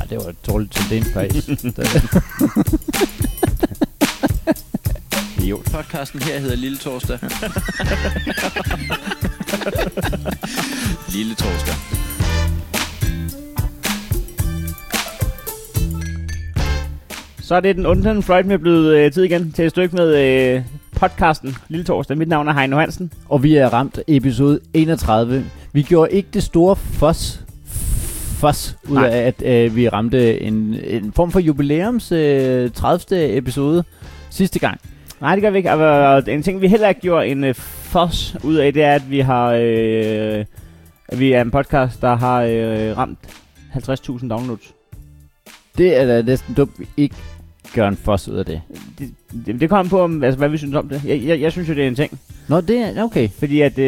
det var et dårligt tendens, faktisk. Idiot-podcasten her hedder Lille Torsdag. Lille Torsdag. Så er det den 8. Freud med blevet tid igen til et stykke med podcasten Lille Torsdag. Mit navn er Heino Hansen. Og vi er ramt episode 31. Vi gjorde ikke det store fos ud af, at vi ramte en form for jubilæums 30. episode sidste gang. Nej, det gør vi ikke. Og en ting, vi heller ikke gjorde en fos ud af, det er, at vi har vi er en podcast, der har ramt 50.000 downloads. Det er da næsten dumt, vi ikke gør en fos ud af det. Det kommer på, altså, hvad vi synes om det. Jeg synes jo, det er en ting. Nå, det er okay. Fordi at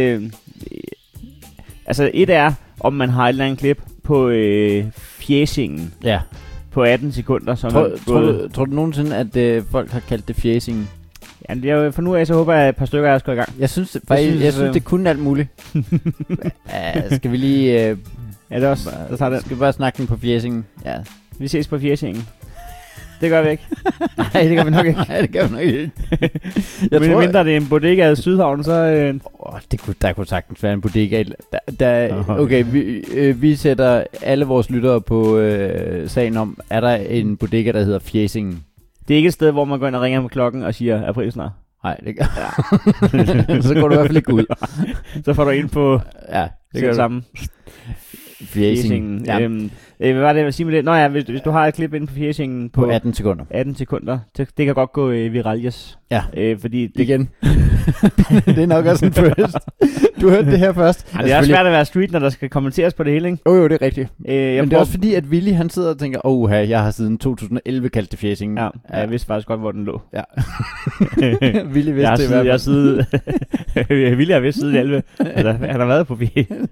altså et er, om man har et eller andet klip på fjæsingen. Ja. På 18 sekunder. Som tror du nogensinde, at folk har kaldt det fjæsingen? Ja, det er jo, for nu af, så håber jeg, at et par stykker er gået i gang. Jeg synes det kunne alt muligt. Skal vi lige... ja, det er også. Der tager den. Skal vi bare snakke den på fjæsingen? Ja. Vi ses på fjæsingen. Det gør vi ikke. Nej, det gør vi nok ikke. Nej, det gør vi nok ikke. Men mindre det er en bodega i Sydhavn, så... Der kunne sagtens være en bodega. Okay, vi sætter alle vores lyttere på sagen om, er der en bodega, der hedder Fjæsingen? Det er ikke et sted, hvor man går ind og ringer med klokken og siger, april snart. Nej, det gør så går du i hvert fald ikke ud. Så får du ind på det gør samme. Fjæsingen. Ja. Hvad var det, jeg vil sige med det? Nå ja, hvis du har et klip inde på fjæsingen på 18 sekunder. 18 sekunder, det kan godt gå viralt. Ja, fordi det igen. Det er nok også en first. Du hørte det her først. Det er også svært at være street, når der skal kommenteres på det hele, ikke? Jo, det er rigtigt. Men det er også fordi, at Willy, han sidder og tænker, jeg har siden 2011 kaldt det fjæsingen. Ja, jeg vidste faktisk godt, hvor den lå. Ja. Willy vidste det i hvert fald. Willy har vidst siden 11. Altså, han har været på fjæsingen.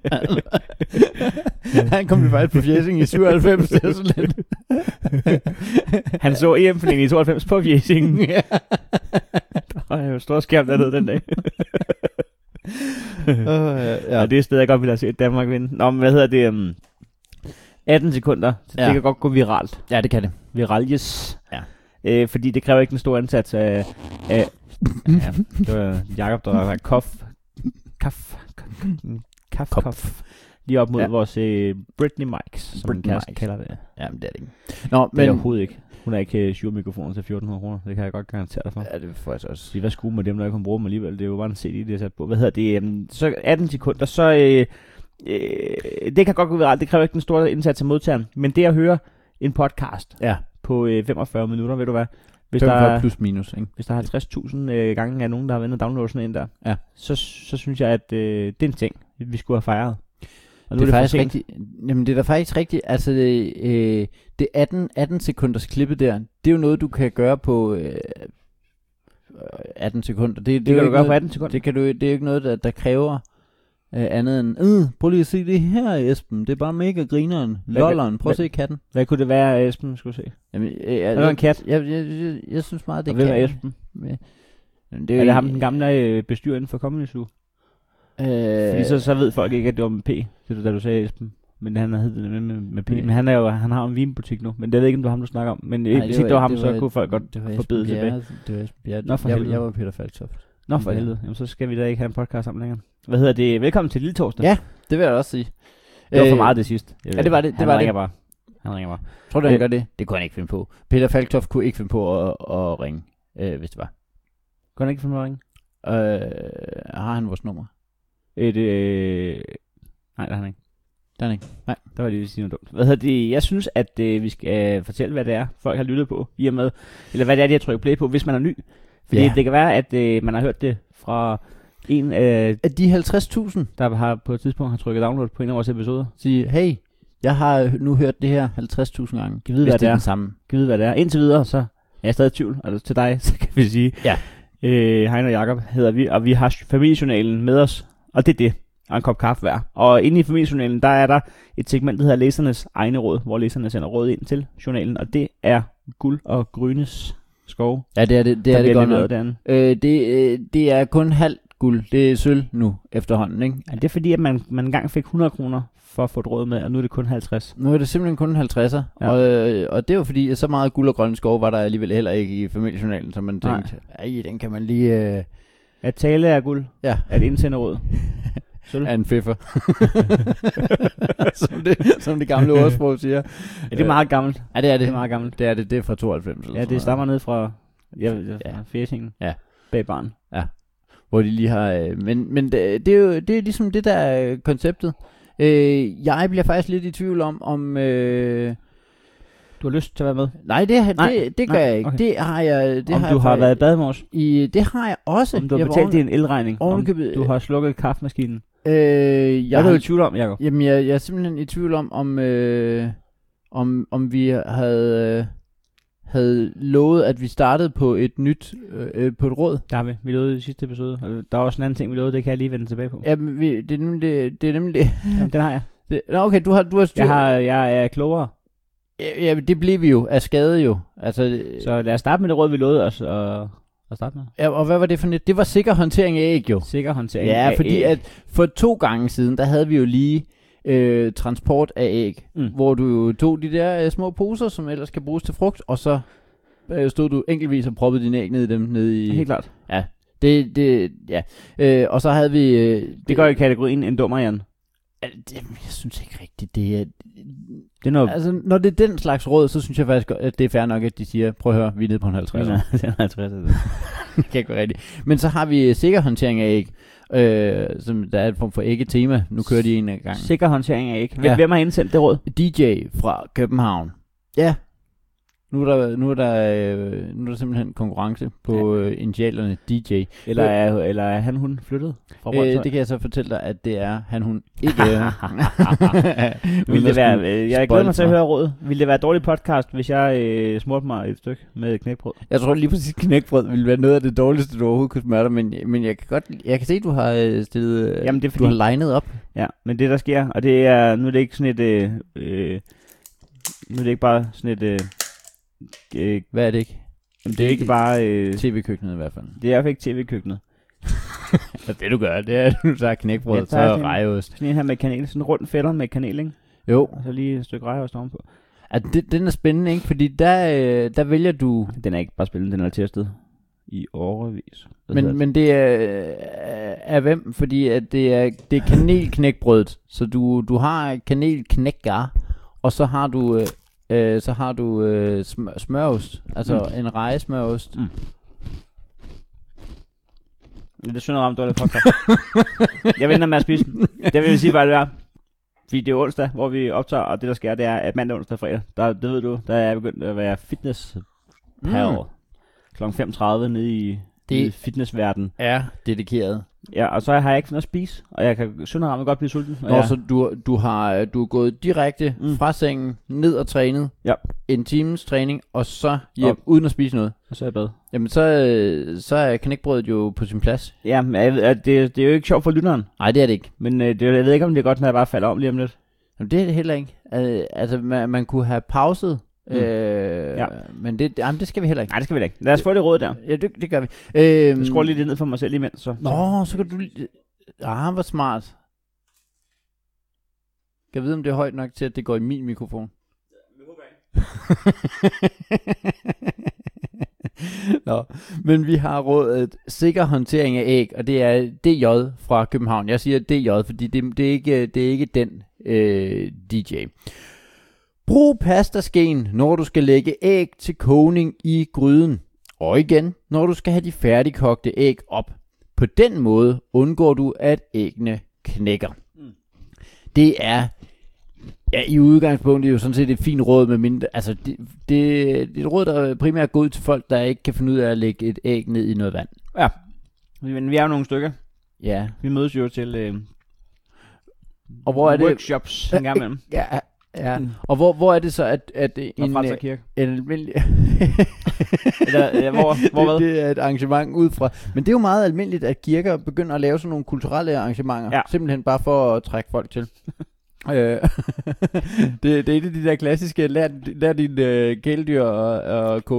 Han kom jo faktisk på fjæsingen i 97. Det er så lidt. Han så EM-finalen i 92 på fjæsingen. Ja. Der var jo stor skærm dernede den dag. Ja. Og det er et sted, jeg godt ville have set Danmark vinde. Nå, men hvad hedder det? 18 sekunder. Så det kan godt gå viralt. Ja, det kan det. Viraljes. Ja. Fordi det kræver ikke en stor indsats af det var Jakob, der var kof. Lige op mod vores Britney Mics, som Britney man kalder det. Jamen, det er det ikke. Nå, men det er overhovedet ikke. Hun er ikke Shure-mikrofoner til 1.400 kroner. Det kan jeg godt garantere dig for. Ja, det får jeg så også. Hvad skulle med dem, når jeg kan bruge dem alligevel? Det er jo bare en CD, det er sat på. Hvad hedder det? Så 18 sekunder, så... det kan godt gå viralt. Det kræver ikke den store indsats af modtageren. Men det at høre en podcast på 45 minutter, ved du hvad? Hvis 45 der, plus minus, ikke? Hvis der er 50.000 gange af nogen, der har været og downloadet sådan en der, så synes jeg, at det er en ting, vi skulle have fejret. Det er faktisk rigtigt. Jamen, det er da faktisk rigtigt. Altså, det 18 sekunders klippet der, det er jo noget, du kan gøre på 18 sekunder. Det kan du gøre på 18 sekunder. Det er jo ikke noget, der kræver andet end, prøv lige at se det her, Esben. Det er bare mega grineren. Lolleren. Prøv at se katten. Hvad kunne det være, Esben skulle se? Jamen, det var en kat. Jeg synes meget, det er katten. Hvem er Esben? Det er det ham, den gamle bestyrer inden for Comedy Zoo? Fordi så ved folk ikke, at det var med P, det da du sagde Esben. Men han har heddet det med P. Men han har en vinbutik nu. Men det ved ikke, om det var ham, du snakker om. Men hvis ikke det var ham, så kunne folk godt forbede tilbage. Det var Esben Bjerre. Nå, for helvede. Jeg var Peter Falktoft. Nå, for helvede. Jamen, så skal vi da ikke have en podcast sammen længere. Hvad hedder det? Velkommen til Lille Torsdag. Ja, det vil jeg også sige. Det var for meget det sidste. Ja, det var det. Han ringer bare. Tror du, han gør det? Det kunne han ikke finde på. Peter Falktoft kunne ikke finde på at ringe, hvis det var. Kunne han ikke finde på at ringe? Har han vores nummer? Nej, det har han ikke. Nej, der var det, vi sige noget dumt. Hvad hedder det? Jeg synes, at vi skal fortælle, hvad det er, folk har lyttet på i og med, eller hvad det er, de har trykket play på, hvis man er ny. Fordi det kan være, at man har hørt det fra en af de 50.000, der har på et tidspunkt har trykket download på en af vores episoder. Sige, hey, jeg har nu hørt det her 50.000 gange. Kan vide, hvad det er. Kan vide, hvad det er. Indtil videre, så er jeg stadig i tvivl. Altså til dig, så kan vi sige, Heino og Jakob hedder vi, og vi har familiejournalen med os, og det er det. Og en kop kaffe hver. Og inde i familiejournalen, der er der et segment, der hedder læsernes egne råd, hvor læserne sender råd ind til journalen, og det er guld og grønnes skove. Ja, det er det godt nok. Det er kun halvt guld. Det er sølv nu efterhånden, ikke? Ja, det er fordi, at man engang fik 100 kroner for at få et råd med, og nu er det kun 50. Nu er det simpelthen kun 50'er. Ja. Og det er jo fordi, at så meget guld og grønne skove var der alligevel heller ikke i familiejournalen, så man tænkte, den kan man lige... At tale er guld. Ja. At indsende råd. Er en fiffer. som det gamle ordsprog siger. Ja, det er meget gammelt. Ja, det er det. Det er meget gammelt. Det er det. Det er fra 92. Ja, det stammer ned fra fæsingen. Ja. Bag barn. Ja. Hvor de lige har... Men det er ligesom det, der er konceptet. Jeg bliver faktisk lidt i tvivl om... Du har lyst til at være med? Nej, det gør jeg ikke. Okay. Det har jeg... Om du har været i bad, Mors? Det har jeg også. Om du har betalt din elregning? Om du har slukket kaffemaskinen? Hvad er du i tvivl om, Jacob? Jamen, jeg er simpelthen i tvivl om vi havde lovet, at vi startede på et nyt på et råd. Der har vi. Vi lovede i sidste episode. Og der er også en anden ting, vi lovede. Det kan jeg lige vende tilbage på. Ja, det er nemlig det. Jamen, den har jeg. Okay, du har styr. Jeg er klogere. Ja, det blev vi jo af skade jo. Altså, så lad os starte med det råd, vi lovede os at starte med. Ja, og hvad var det for net? Det var sikker håndtering af æg jo. Sikker håndtering af æg. Ja, fordi at for 2 gange siden, der havde vi jo lige transport af æg, hvor du jo tog de der små poser, som ellers kan bruges til frugt, og så stod du enkeltvis og proppede dine æg ned i dem. Helt klart. Ja, og så havde vi... det går i kategorien en dummer, Jan. Jeg synes ikke rigtigt, det er noget... Altså, når det er den slags råd, så synes jeg faktisk, at det er fair nok, at de siger, prøv at høre, vi er nede på en 50. Ja, det er 50. Det kan ikke være rigtigt. Men så har vi sikker håndtering af æg, som der er et form for æggetema. Nu kører de en gang. Sikker håndtering af æg. Hvem har indsendt det råd? DJ fra København. Ja. Nu er der simpelthen konkurrence på initialerne DJ. Eller er hun flyttet fra det kan jeg så fortælle dig, at det er hun ikke. Vil det være, jeg glæder mig til at høre rådet. Vil det være et dårligt podcast, hvis jeg smurte mig et stykke med knækbrød? Jeg tror lige præcis, knækbrød ville være noget af det dårligste, du overhovedet kunne smøre dig, men jeg kan se, at du har stillet, jamen, det er fordi, du har linet op. Ja, men det der sker, og det er, nu er det ikke sådan et, nu er det ikke bare sådan et, hvad er det ikke? Jamen, det er ikke bare... TV-køkkenet i hvert fald. Det er i hvert fald ikke TV-køkkenet. Det du gør, det er, at du tager knækbrød, så rejeost. Sådan en her med kanel, sådan en rund fætter med kanel, ikke? Jo. Og så lige et stykke rejeost ovenpå. Den er spændende, ikke? Fordi der vælger du... Den er ikke bare spændende, den er testet i årevis. Men det er hvem? Fordi at det er kanelknækbrødet. Så du har kanelknækker, og så har du... smørost, altså en rejesmørost. Det er synd at ramme dårligt podcast. Jeg venter med at spise den. Det vil sige, hvad det er. Fordi det er onsdag, hvor vi optager, og det der sker, det er, at mandag, onsdag og fredag, det ved du, der er begyndt at være fitness kl. 5:30 nede i fitnessverden. Er dedikeret. Ja, og så har jeg ikke fundet at spise, og jeg kan sønderramme godt blive sulten. Så du er gået direkte fra sengen, ned og trænet, en times træning, og så hjem, uden at spise noget. Og så er jeg bad. Jamen, så er knækbrødet jo på sin plads. Ja, men det er jo ikke sjovt for lytteren. Nej, det er det ikke. Men jeg ved ikke, om det er godt, når jeg bare falder om lige om lidt. Jamen, det er det heller ikke. Altså, man kunne have pauset. Men det skal vi heller ikke. Nej, det skal vi ikke. Lad os få det råd der. Ja, det gør vi. Jeg skruer lige ned for mig selv imens. Så kan du... hvor smart. Kan jeg vide, om det er højt nok til, at det går i min mikrofon? Det håber jeg ikke. Men vi har rådet sikker håndtering af æg, og det er DJ fra København. Jeg siger DJ, fordi det er ikke den DJ. Brug pastaskeen, når du skal lægge æg til kogning i gryden. Og igen, når du skal have de færdigkogte æg op. På den måde undgår du, at æggene knækker. Det er i udgangspunktet jo sådan set et fint råd, med mindre, altså det er et råd, der primært går ud til folk, der ikke kan finde ud af at lægge et æg ned i noget vand. Ja, men vi er jo nogle stykker. Ja. Vi mødes jo til og hvor er det workshops en gang imellem. Ja. Og hvor er det så, at en almindelig... hvor hvad? Det er et arrangement ud fra... Men det er jo meget almindeligt, at kirker begynder at lave sådan nogle kulturelle arrangementer. Ja. Simpelthen bare for at trække folk til. Det er et af de der klassiske, lær din kæledyr og koge æg.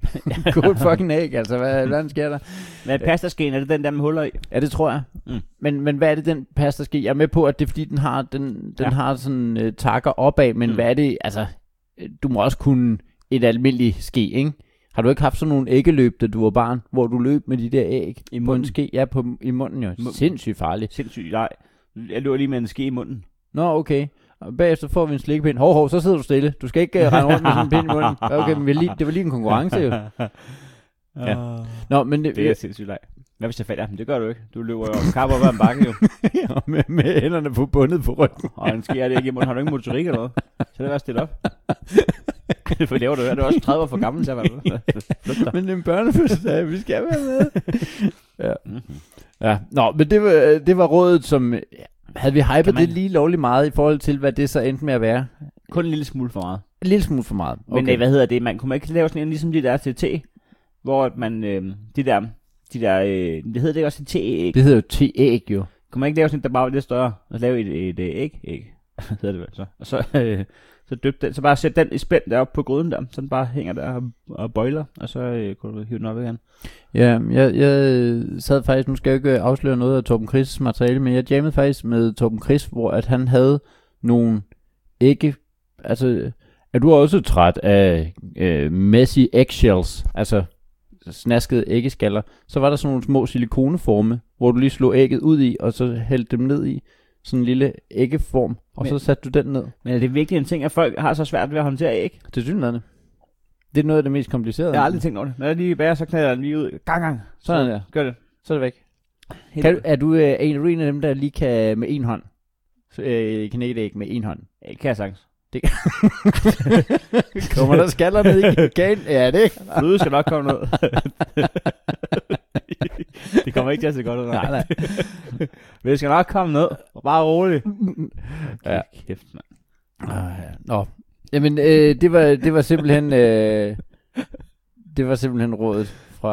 Cold fucking egg, altså. Hvad sker der? Men pastaskeen, er det den der med huller i? Ja, det tror jeg. Men hvad er det, den pastaske? Jeg er med på, at det er fordi, den har sådan takker opad, men hvad er det? Altså, du må også kunne et almindeligt ske, ikke? Har du ikke haft sådan nogle æggeløb, da du var barn, hvor du løb med de der æg I på en ske? Ja, i munden jo. Sindssygt farligt. Sindssygt, nej. Jeg løber lige med en ske i munden. Nå, okay. Og bagefter får vi en slikkepind. Hov, så sidder du stille. Du skal ikke rende rundt med sådan en pind i munden. Okay, men det var lige en konkurrence jo. Ja. Nå, men det er sindssygt leg. Hvad hvis jeg falder? Det gør du ikke. Du løber jo kapper over en bakke jo. Ja, med hænderne på bundet på ryggen. Og en ske er det ikke i munden. Har du ikke motorik eller noget? Så det er bare stillet op. For det var det er også 30 år for gammel til at være. Men det er en børnefødselsdag, vi skal være med. Ja. Ja. Nå, men det var rådet, som... Havde vi hypet det lige lovligt meget i forhold til, hvad det så endte med at være? Kun en lille smule for meget. En lille smule for meget. Okay. Men hvad hedder det? Man kunne ikke lave sådan en ligesom de der til te, hvor man de der det hedder det også et te-æg. Det hedder jo te-æg jo. Kunne man ikke lave sådan der bare var lidt større og lave et æg hedder det vel så. Og så døb den, så bare sæt den i spænd deroppe på gryden der, så den bare hænger der og bøjler, og så kunne du hive den op igen. Ja, jeg sad faktisk, nu skal jeg ikke afsløre noget af Torben Chris' materiale, men jeg jammede faktisk med Torben Chris, hvor at han havde nogle ægge, altså, er du også træt af messy eggshells, altså snaskede æggeskaller, så var der sådan nogle små silikoneforme, hvor du lige slog ægget ud i, og så hældte dem ned i sådan en lille æggeform, og så satte du den ned. Men er det virkelig en ting, at folk har så svært ved at håndtere æg? Det synes jeg. Det er noget af det mest komplicerede. Jeg har aldrig tænkt over det. Når jeg lige bærer, så knæder jeg den lige ud. Gang. Sådan der. Gør det. Så er det væk. Er du en af dem, der lige kan med en hånd knække æg med en hånd? Det kan jeg sagtens. Det kommer der skaller ned i gagen? Ja, det Fløde skal nok komme ned. Det kommer ikke til at se godt ud. Nej. Men det skal nok komme ned. Bare roligt. Ja. Kæft, mand. Nå. Jamen, det var simpelthen det var simpelthen rådet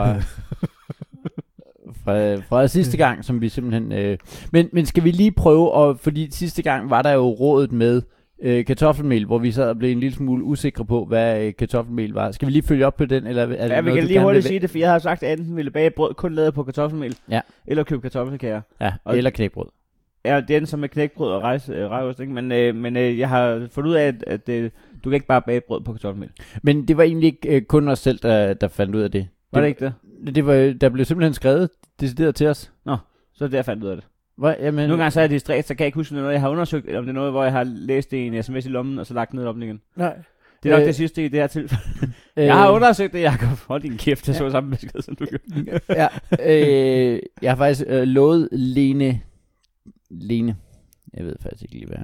fra sidste gang, som vi simpelthen... Men skal vi lige prøve, fordi sidste gang var der jo rådet med kartoffelmel, hvor vi sad og blev en lille smule usikre på, hvad kartoffelmel var. Skal vi lige følge op på den? Eller er det vi kan lige hurtigt sige det, for jeg har sagt, at enten ville bage brød kun lavet på kartoffelmel, eller købe kartoffelkager. Ja, eller knækbrød. Ja, det er den som med knækbrød og rejseost, ikke? Men jeg har fundet ud af, at du kan ikke bare bage brød på kartoffelmel. Men det var egentlig ikke kun os selv, der fandt ud af det. Var det ikke det? Der blev simpelthen skrevet decideret til os. Nå, så er det der fandt ud af det. Jamen, nogle gange så er jeg distræt, så kan jeg ikke huske noget, jeg har undersøgt, om det er noget, hvor jeg har læst det i en sms i lommen, og så lagt ned i lommen igen. Nej. Det er nok det sidste i det her tilfælde. Jeg har undersøgt det, Jacob. Hold din kæft, jeg så samme besked, som du gjorde. Ja, jeg har faktisk lovet Lene, jeg ved faktisk ikke lige, hvad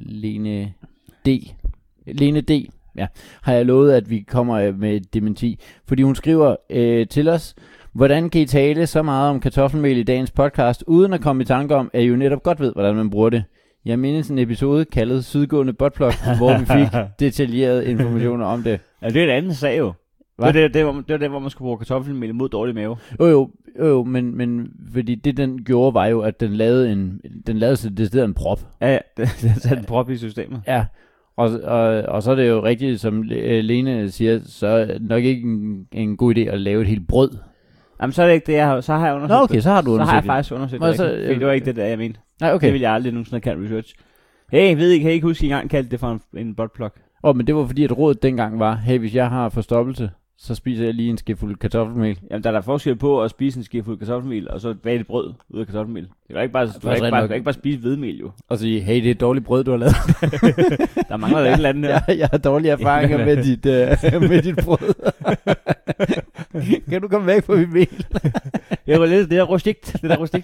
Lene D, ja, har jeg lovet, at vi kommer med et dementi. Fordi hun skriver til os, hvordan kan I tale så meget om kartoffelmel i dagens podcast, uden at komme i tanke om, at I jo netop godt ved, hvordan man bruger det. Jeg mindes en episode kaldet Sydgående Buttplug, hvor vi fik detaljerede informationer om det. Ja, det er et andet sag jo. Det var det, hvor man skulle bruge kartoffelmel imod dårlig mave. Jo, men fordi det den gjorde, var jo, at den lavede sig decideret en prop. Ja, den satte en prop i systemet. Ja, og så er det jo rigtigt, som Lene siger, så er det nok ikke en god idé at lave et helt brød. Jamen, så er det ikke det, så har jeg undersøgt. Nå, okay, så har du undersøgt. Så har jeg faktisk undersøgt det. Det var ikke det, der jeg mente. Nej, okay. Det vil jeg aldrig nogensinde have kaldt research. Hey, kan I ikke huske, at I engang kaldte det for en buttplug? Men det var fordi, at rådet dengang var, hey, hvis jeg har forstoppelse, så spiser jeg lige en skefuld kartoffelmel. Jamen, der er forskel på at spise en skefuld kartoffelmel, og så bage et brød ud af kartoffelmel. Det kan ikke bare spise hvedemel, jo. Og sige, hey, det er et dårligt brød, du har lavet. Der mangler et eller andet her. Jeg har dårlige erfaringer med dit brød. Kan du komme væk fra mit mel? Det er rustikt.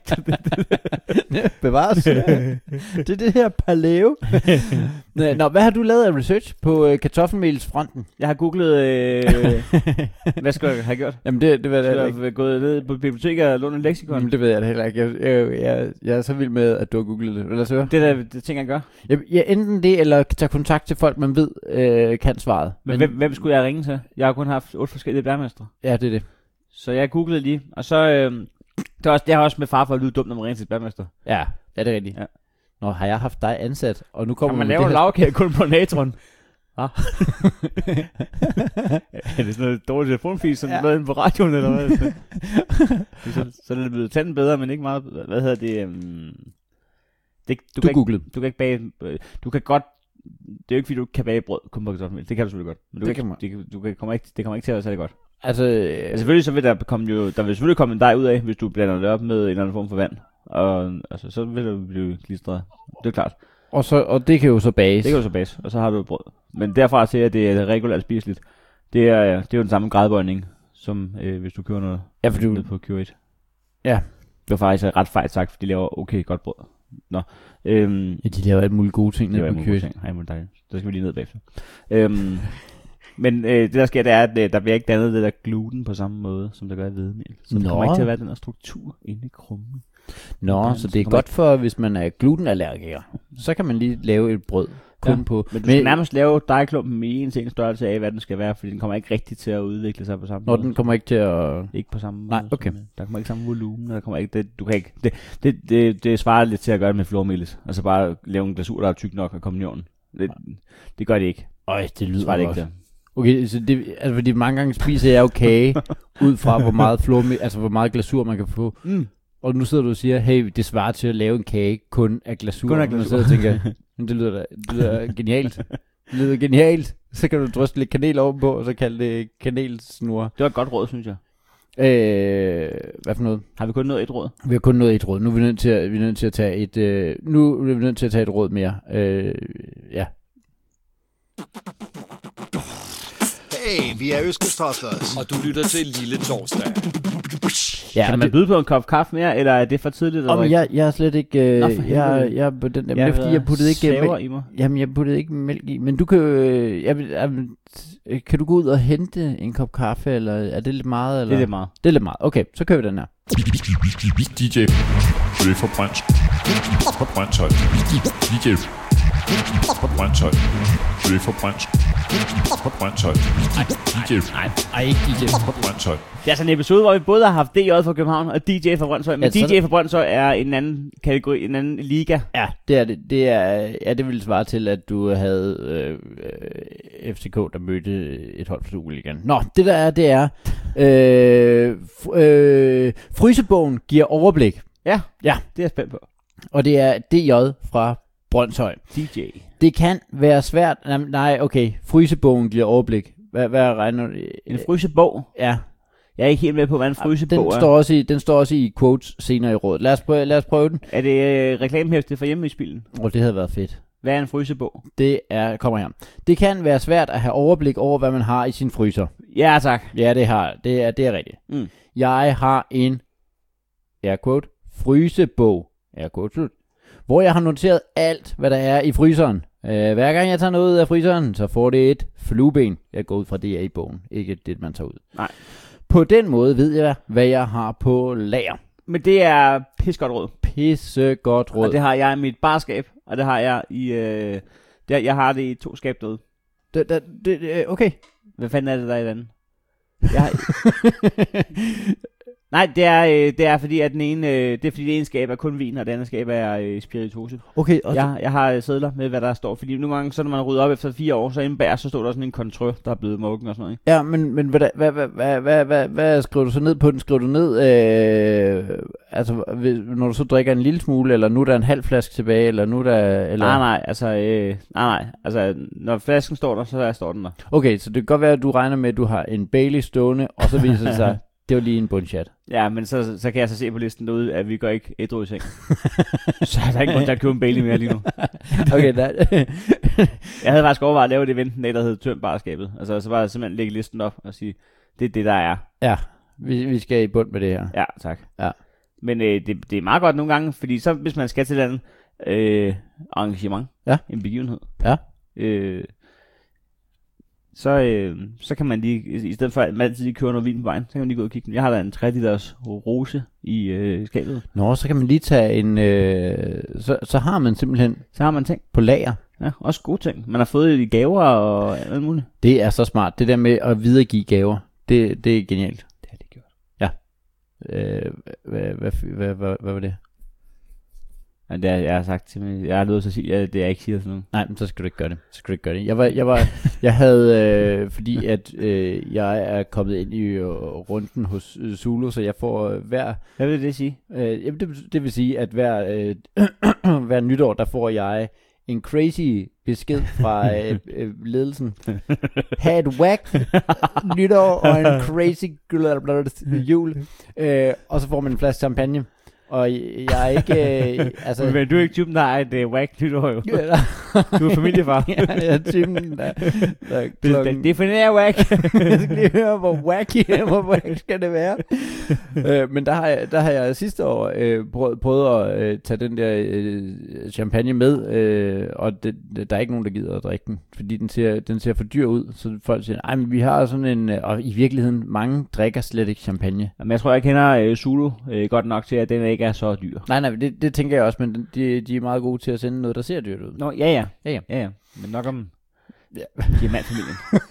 Bevares. Det er det her paleo. Nå, hvad har du lavet af research på kartoffelmelsfronten? Jeg har googlet... hvad skal jeg have gjort? Jamen det ved jeg ikke. Jeg har gået ned på biblioteket og lånt en leksikon. Jamen det ved jeg da heller ikke. Jeg er så vild med, at du har googlet det. Lad os høre. Det er det ting, jeg gør. Ja, enten det, eller tage kontakt til folk, man ved kan svaret. Men hvem skulle jeg ringe til? Jeg har kun haft 8 forskellige bærmestre. Ja, det er det. Så jeg googlede lige, og så... det har også med far for at lyde dumt, når man ringer til et bærmester. Ja, det er rigtigt. Ja. Nå, har jeg haft dig ansat, og nu kommer man lave en lavkage kun på natron? Er det sådan noget dårligt telefonfis, som noget på radioen, eller hvad? så er det blevet tanden bedre, men ikke meget. Hvad hedder det? Du googlede. Du kan ikke bage... Du kan godt... Det er jo ikke, fordi du kan bage brød kun på kartoffelmel. Det kan du selvfølgelig godt. Men det kommer ikke til at være særlig godt. Altså selvfølgelig så vil der vil selvfølgelig komme en dej ud af, hvis du blander det op med en eller anden form for vand. Og altså, så vil det blive klistret. Det er klart. Og det kan jo så bages. Det kan jo så bages, og så har du et brød. Men derfra til, at det er regulært spiseligt, det er jo den samme gradbøjning, som hvis du køber noget ned på Q8. Ja. Det var faktisk ret fejl sagt, for de laver okay godt brød. Nå. Ja, de laver alt muligt gode ting ned på Q8. Ej, men dejligt. Der skal vi lige ned bagefter. Men det der sker, det er, at der bliver ikke dannet det der gluten på samme måde, som der gør i hvedemel. Så der kommer ikke til at være den der struktur inde i krummen. Så det er godt for, hvis man er glutenallergiker. Så kan man lige lave et brød kun på. Men du skal nærmest lave dejklumpen i en ting størrelse af, hvad den skal være, fordi den kommer ikke rigtig til at udvikle sig på samme måde. Den kommer ikke til at... Ikke på samme måde. Nej, okay. Der kommer ikke samme volumen, der kommer ikke... Det svarer lidt til at gøre det med flormelis. Altså bare lave en glasur, der er tyk nok og komme i ovnen. Det gør det ikke. Det lyder det ikke der. Okay, så det, altså fordi mange gange spiser jeg jo kage ud fra hvor meget hvor meget glasur man kan få. Og nu sidder du og siger, hey, det svarer til at lave en kage kun af glasur. Kun af glasur. Og så tænker jeg, det lyder genialt. Det lyder genialt. Så kan du dryste lidt kanel ovenpå, og så kalde det kanelsnurre. Det var et godt råd, synes jeg. Hvad for noget? Har vi kun nået et råd? Vi har kun nået et råd. Nu er vi nødt til at tage et nu er vi nødt til at tage et råd mere. Ja. Hey, vi er Østkyst-Hustlers. Og du lytter til Lille Torsdag. Ja, kan man byde på en kop kaffe mere, eller er det for tidligt? Jeg er slet ikke... jeg på den der, det er fordi, jeg puttede ikke... i mig. Jamen, jeg puttede ikke mælk i. Men du kan kan du gå ud og hente en kop kaffe, eller er det lidt meget? Eller? Det er lidt meget. Det er lidt meget. Okay, så kører vi den her. DJ Rød for Brøndshøj. DJ for Brøndshøj. Rød for Brøndshøj. Nej, ikke DJ for Brøndshøj. Det er altså en episode, hvor vi både har haft DJ fra København og DJ fra Brøndshøj. Men ja, DJ fra Brøndshøj er en anden kategori, en anden liga. Ja, det er det. Det ville svare til, at du havde FCK, der mødte et hold fra Superligaen. Nå, det er Frysebogen giver overblik. Ja, det er jeg spændt på. Og det er DJ fra Brøndshøj. DJ. Det kan være svært. Nej, okay. Frysebogen giver overblik. Hvad regner du? En frysebog? Ja. Jeg er ikke helt med på, hvad en frysebog er. Den står også i quotes senere i rådet. Lad os prøve den. Er det reklamehæfte for hjemme i spillen? Det havde været fedt. Hvad er en frysebog? Kommer her. Det kan være svært at have overblik over, hvad man har i sin fryser. Ja, tak. Ja, det er rigtigt. Jeg har en quote, frysebog. Quote slut. Hvor jeg har noteret alt, hvad der er i fryseren. Hver gang jeg tager noget ud af fryseren, så får det et flueben. Jeg går ud fra det er i bogen, ikke det, man tager ud. Nej. På den måde ved jeg, hvad jeg har på lager. Men det er pissegodt råd. Pissegodt råd. Og det har jeg i mit barskab, og det har jeg i... jeg har det i 2 skab derude. Okay. Hvad fanden er det der i den? Nej, det er fordi, at det ene skab er kun vin, og det andet skab er spirituose. Okay. Jeg har sedler med, hvad der står. Fordi nogle gange, så når man rydder op efter 4 år, så indebærer, så står der sådan en kontrø, der er blevet muggen og sådan noget. Ikke? Ja, men hvad skriver du så ned på den? Skriver du ned, når du så drikker en lille smule, eller nu er der en halv flaske tilbage, eller nu er der... Eller... Nej, altså, når flasken står der, så står den der. Okay, så det kan godt være, at du regner med, at du har en Bailey stående, og så viser det sig... Det var lige en bundchat. Ja, men så kan jeg så se på listen derude, at vi går ikke ædru i seng. Så er der ikke grund til at købe en Bailey mere lige nu. Okay, jeg havde faktisk overvejet at lave et event en dag, der hed Tøm Barskabet. Altså så bare simpelthen lægge listen op og sige, det er det, der er. Ja, vi skal i bund med det her. Ja, tak. Ja. Men det er meget godt nogle gange, fordi så hvis man skal til et andet arrangement, en begivenhed, så kan man lige, i stedet for at man altid kører noget vin på vejen, så kan man lige gå og kigge. Jeg har da en 3 liters rose i skabet. Nå, så kan man lige tage en... Så har man simpelthen... Så har man ting. På lager. Ja, også gode ting. Man har fået i gaver og alt muligt. Det er så smart. Det der med at videregive gaver, det er genialt. Det har de gjort. Ja. Hvad var det? Men det er, jeg har sagt til mig, jeg har nødt til at sige, at det er ikke siger sådan noget. Nej, men så skal du ikke gøre det. Jeg havde, fordi at jeg er kommet ind i runden hos Zulu, så jeg får hver... Hvad vil det sige? Det vil sige, at hver nytår, der får jeg en crazy besked fra ledelsen. Ha' et whack nytår og en crazy jul. Og så får man en flaske champagne. Og jeg er ikke... Men du er ikke typen, der er et whack nytår, jo. Du er familiefar. Ja, jeg er typen, der definerer whack. Jeg skal lige høre, hvor wack skal det være. Men der har jeg sidste år prøvet at tage den der champagne med, og der er ikke nogen, der gider at drikke den, fordi den ser for dyr ud, så folk siger, ej, men vi har sådan en, og i virkeligheden, mange drikker slet ikke champagne. Men jeg tror, jeg kender Zulu godt nok til, at den ikke er så dyr. Nej, det tænker jeg også, men de er meget gode til at sende noget, der ser dyrt ud. Nå, ja. Men nok om diamantfamilien.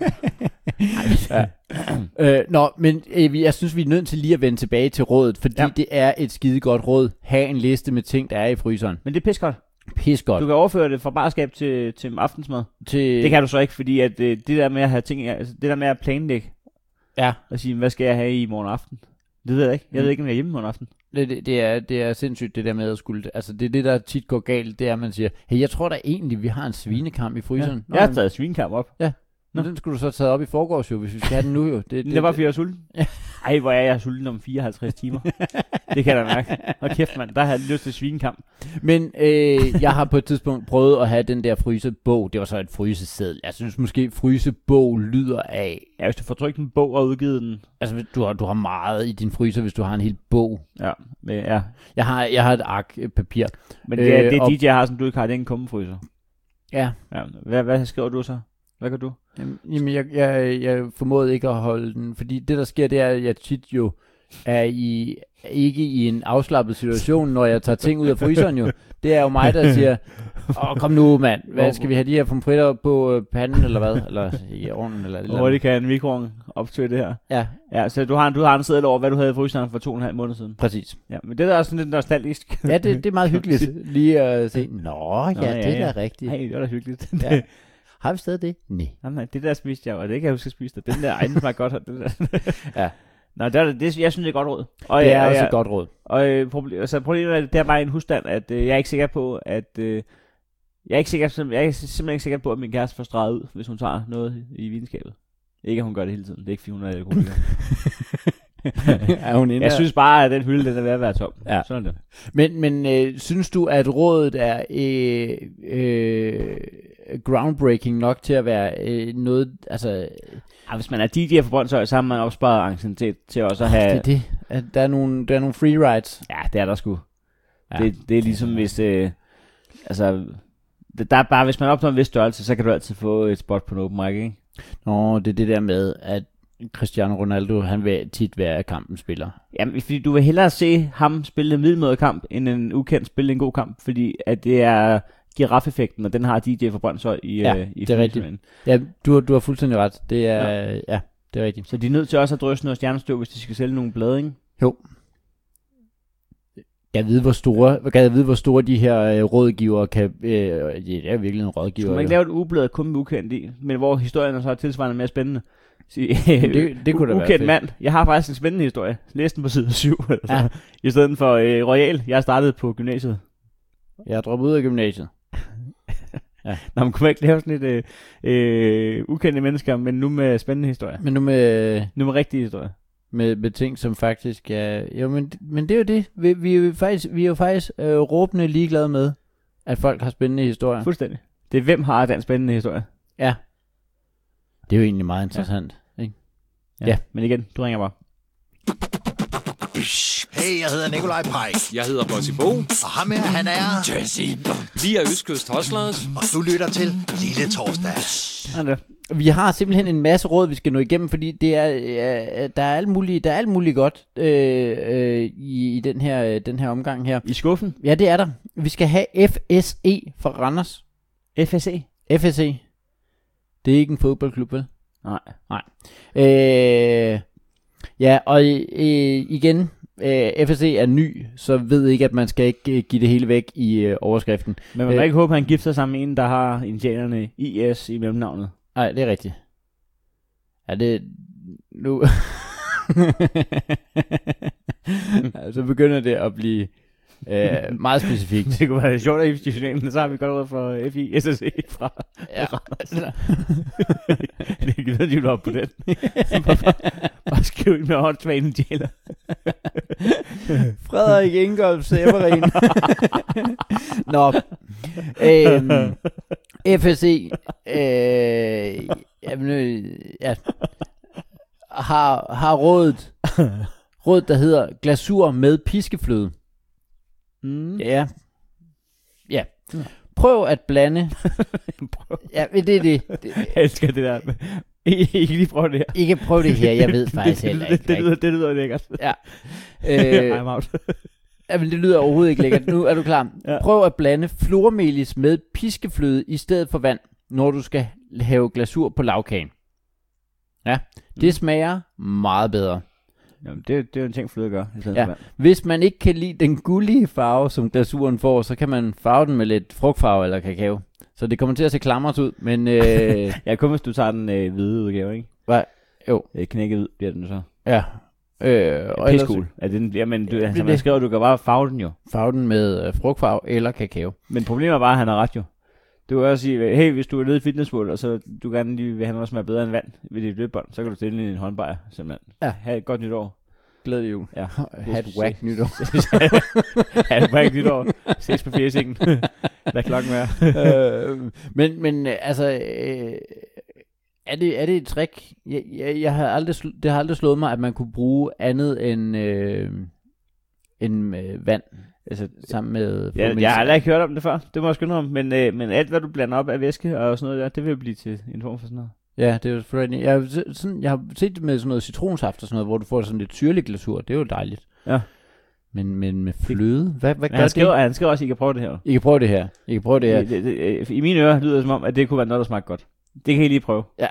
Men jeg synes, vi er nødt til lige at vende tilbage til rådet, fordi det er et skide godt råd. Ha' en liste med ting, der er i fryseren. Men det er pissegodt. Pissegodt. Du kan overføre det fra barskab til aftensmad. Det kan du så ikke, fordi at det der med at have ting, altså det der med at planlægge, og sige, hvad skal jeg have i morgen aften? Det ved jeg ikke. Jeg ved ikke, om jeg er hjemme i morgen aften. Det er sindssygt, det der med at skulle... Altså, det er det, der tit går galt, det er, at man siger, hey, jeg tror da egentlig, vi har en svinekamp i fryseren. Ja. Jeg har taget svinekamp op. Ja, men den skulle du så tage op i forgårs jo, hvis vi skal have den nu jo. Det var fordi jeg er sulten. Ej, hvor er jeg sulten om 54 timer. Det kan jeg da mærke. Og kæft mand, der har jeg lyst til svinekamp. Men jeg har på et tidspunkt prøvet at have den der frysebog. Det var så et fryseseddel. Jeg synes måske frysebog lyder af... Ja, hvis du får trykt en bog og udgivet den. Altså, du har meget i din fryser, hvis du har en hel bog. Ja. Jeg har et ark papir. Men det DJ har, som du ikke har, det er en kummefryser. Ja. Hvad skriver du så? Hvad gør du? Jamen, jeg formåede ikke at holde den, fordi det, der sker, det er, at jeg tit jo er ikke i en afslappet situation, når jeg tager ting ud af fryseren jo. Det er jo mig, der siger, kom nu, mand. Hvad skal vi have de her pomfritter på panden, eller hvad? Eller i ovnen, eller hvor de kan en mikroovn optøje det her. Ja, så du har en seddel over, hvad du havde i fryseren for 2,5 måneder siden. Præcis. Ja, men det er også sådan lidt nostalgisk. Ja, det er meget hyggeligt lige at se. Nå, det er da rigtigt. Hey, det var da hyggeligt. Ja. Har vi stadig det? Nej. Det der spiste jeg, og det kan jeg huske at spise det. Den der egen var godt. Det der. Ja. Nå, jeg synes, det er godt råd. Og det er også et godt råd. Og problemet er, det er bare en husstand, at jeg er ikke sikker på, at... jeg er simpelthen ikke sikker på, at min kæreste får streget ud, hvis hun tager noget i videnskabet. Ikke, at hun gør det hele tiden. Det er ikke, fordi hun er alkoholiker. Jeg synes bare, at den hylde, den er ved at være tom. Ja. Sådan er det. Men synes du, at rådet er groundbreaking nok til at være noget, altså... Hvis man er DJ for Brøndshøj, så har man opsparet anciennitet til også at have... Det er det. Der er nogle free rides. Ja, det er der sgu. Ja. Det er ligesom hvis... der er bare, hvis man opnår en vis størrelse, så kan du altid få et spot på en open mic, ikke? Nå, det er det der med, at Cristiano Ronaldo, han vil tit være kampens spiller. Jamen, fordi du vil hellere se ham spille en middelmådig kamp, end en ukendt spille en god kamp, fordi at det er giraffeffekten, og den har DJ for Brøndshøj i det er rigtigt. Ja, du har fuldstændig ret. Det er, det er rigtigt. Så de er nødt til også at drysse noget stjernestøv, hvis de skal sælge nogle blade, ikke? Jo. Jeg ved, hvor store de her rådgivere kan... det er virkelig en rådgiver. Skulle man ikke lave et ugeblad kun med ukendt i, men hvor historien så er tilsvarende mere spændende? Det kunne da være ukendt mand. Jeg har faktisk en spændende historie. Læs den på side 7. Altså. I stedet for Royal. Jeg startede på gymnasiet. Jeg er droppet ud af gymnasiet. Ja. Nå, man kunne ikke lave sådan et ukendte mennesker, men nu med spændende historier. Men nu med rigtige historier. Med ting, som faktisk er... Jo, men det er jo det. Vi er jo faktisk råbende ligeglade med, at folk har spændende historier. Fuldstændig. Det er hvem har den spændende historie. Ja. Det er jo egentlig meget interessant. Ikke? Ja, men igen, du ringer bare. Hey, jeg hedder Nikolaj Pajk. Jeg hedder Bossy Bo. Og ham her, han er... Jesse. Vi er Østkyst Hustlers. Og du lytter til Lille Torsdag. Vi har simpelthen en masse råd, vi skal nå igennem, fordi det er, der er alt muligt godt i den her omgang her. I skuffen? Ja, det er der. Vi skal have FSE fra Randers. FSE? FSE. Det er ikke en fodboldklub, vel? Nej. Ja, og igen, FSC er ny, så ved ikke, at man skal ikke give det hele væk i overskriften. Men man må ikke håbe, at han gifter sig med en, der har initialerne IS i mellemnavnet. Nej, det er rigtigt. Ja, det... Nu... Så begynder det at blive meget specifikt. Det kunne være sjovt at institutionalen, så har vi godt råd for FISSE fra. Ja. Det er ikke noget, de vil op på den. Bare skriv ind med håndsvagen tjeler. Frederik Ingolf Severin. Nå. FSC har rådet, der hedder glasur med piskefløde. Ja. Prøv at blande. Ja, det er det. Jeg elsker det der. Ikke lige prøve det her. Ikke prøv det her, jeg ved faktisk heller ikke. Det lyder lækkert. Ja. I'm out. Jamen, det lyder overhovedet ikke lækkert. Nu er du klar. Ja. Prøv at blande flormelis med piskefløde i stedet for vand, når du skal have glasur på lagkagen. Ja, det smager meget bedre. Jamen, det er jo en ting, fløde gør. Ja. Hvis man ikke kan lide den gullige farve, som glasuren får, så kan man farve den med lidt frugtfarve eller kakao. Så det kommer til at se klamret ud, men... Ja, kun hvis du tager den hvide udgave, ikke? Hvad? Jo. Knækket ud bliver den så. Ja. Og ellers... Ja, jamen, man skriver, du kan bare farve den jo. Farve den med frugtfarve eller kakao. Men problemet er bare, at han har ret jo. Du kan også sige, hey, hvis du er nede i fitnessmål, og så du gerne lige vil have noget, som er bedre end vand ved dit løbebånd, så kan du stille en håndbajer, simpelthen. Ja. Ha' et godt nytår. Glædelig jul. Ja. Ha' et whack nytår. Ha' et whack nytår. Ses på fjæsingen. Lad klokken være. Men altså, er det et trick? Jeg har det har aldrig slået mig, at man kunne bruge andet end vand. Altså sammen med... Jeg har aldrig ikke hørt om det før, det må jeg skynde om, men alt hvad du blander op af væske og sådan noget der, det vil blive til en form for sådan noget. Ja, det er jo selvfølgelig... Jeg har set det med sådan noget citronsaft og sådan noget, hvor du får sådan lidt syrlig glasur, det er jo dejligt. Ja. Men med fløde, hvad gør han skriver også, at I kan prøve det her. I kan prøve det her. I mine ører lyder det som om, at det kunne være noget, der smager godt. Det kan I lige prøve. Ja.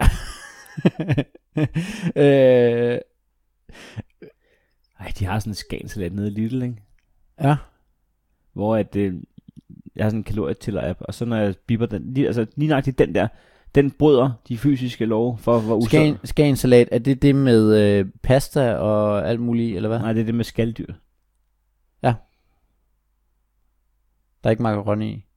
Ej, de har sådan en skansalat nede i Lidl, ikke? Ja. Hvor at, jeg har sådan en kalorietæller-app, og så når jeg bipper den, lige nøjagtigt den der, den bryder de fysiske love for, hvor usund. Skansalat, er det med pasta og alt muligt, eller hvad? Nej, det er det med skaldyr. Ja. Der er ikke makaroni i.